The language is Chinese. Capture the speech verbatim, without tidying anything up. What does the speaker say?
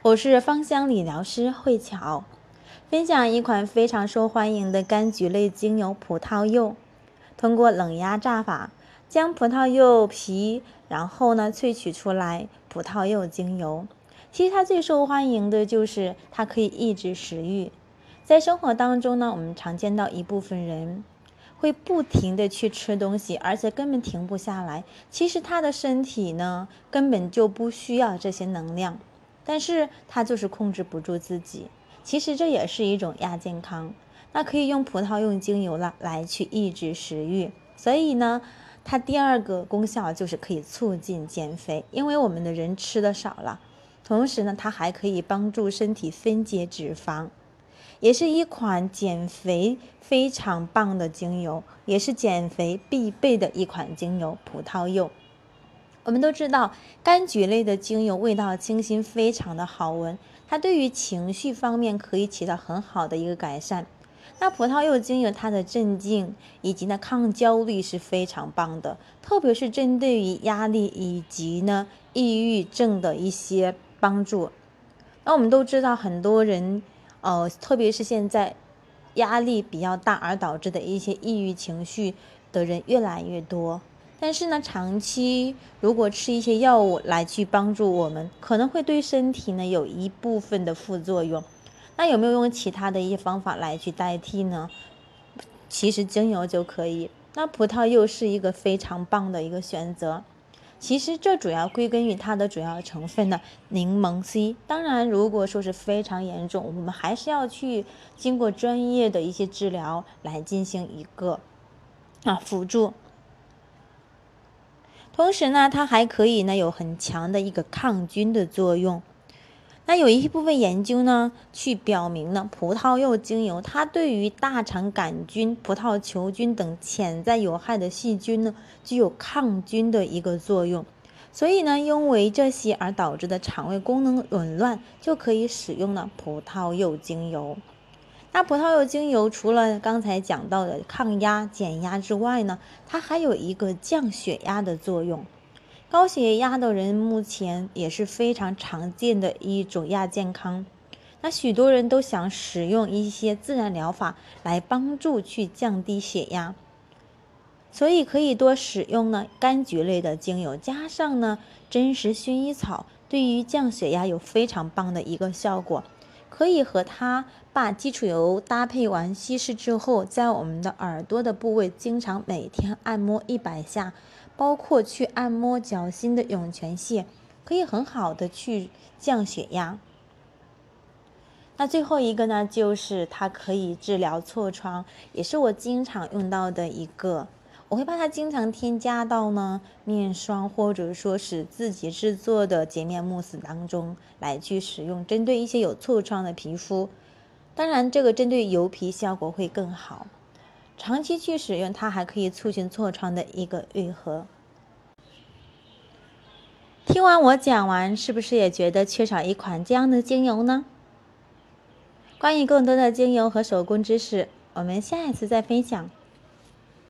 我是芳香理疗师慧巧，分享一款非常受欢迎的柑橘类精油葡萄柚。通过冷压榨法，将葡萄柚皮，然后呢萃取出来葡萄柚精油。其实它最受欢迎的就是它可以抑制食欲。在生活当中呢，我们常见到一部分人会不停的去吃东西，而且根本停不下来。其实他的身体呢，根本就不需要这些能量，但是他就是控制不住自己。其实这也是一种亚健康。那可以用葡萄柚精油了来去抑制食欲。所以呢，它第二个功效就是可以促进减肥，因为我们的人吃的少了。同时呢，它还可以帮助身体分解脂肪。也是一款减肥非常棒的精油，也是减肥必备的一款精油——葡萄柚。我们都知道，柑橘类的精油味道清新，非常的好闻，它对于情绪方面可以起到很好的一个改善。那葡萄柚精油它的镇静以及呢抗焦虑是非常棒的，特别是针对于压力以及呢抑郁症的一些帮助。那我们都知道，很多人呃，特别是现在压力比较大而导致的一些抑郁情绪的人越来越多。但是呢，长期如果吃一些药物来去帮助我们，可能会对身体呢有一部分的副作用。那有没有用其他的一些方法来去代替呢？其实精油就可以。那葡萄柚是一个非常棒的一个选择。其实这主要归根于它的主要成分呢，柠檬 C。当然，如果说是非常严重，我们还是要去经过专业的一些治疗来进行一个啊辅助。同时呢，它还可以呢有很强的一个抗菌的作用。那有一部分研究呢，去表明呢，葡萄柚精油它对于大肠杆菌、葡萄球菌等潜在有害的细菌呢，具有抗菌的一个作用。所以呢，因为这些而导致的肠胃功能紊乱，就可以使用呢葡萄柚精油。那葡萄柚精油除了刚才讲到的抗压、减压之外呢，它还有一个降血压的作用。高血压的人目前也是非常常见的一种亚健康。那许多人都想使用一些自然疗法来帮助去降低血压，所以可以多使用呢柑橘类的精油，加上呢真实薰衣草，对于降血压有非常棒的一个效果。可以和它把基础油搭配完稀释之后，在我们的耳朵的部位经常每天按摩一百下，包括去按摩脚心的涌泉穴，可以很好的去降血压。那最后一个呢，就是它可以治疗痤疮，也是我经常用到的一个。我会把它经常添加到呢面霜或者说是自己制作的洁面慕斯当中来去使用，针对一些有痤疮的皮肤。当然这个针对油皮效果会更好，长期去使用它还可以促进痤疮的一个愈合。听完我讲完，是不是也觉得缺少一款这样的精油呢？关于更多的精油和手工知识，我们下一次再分享。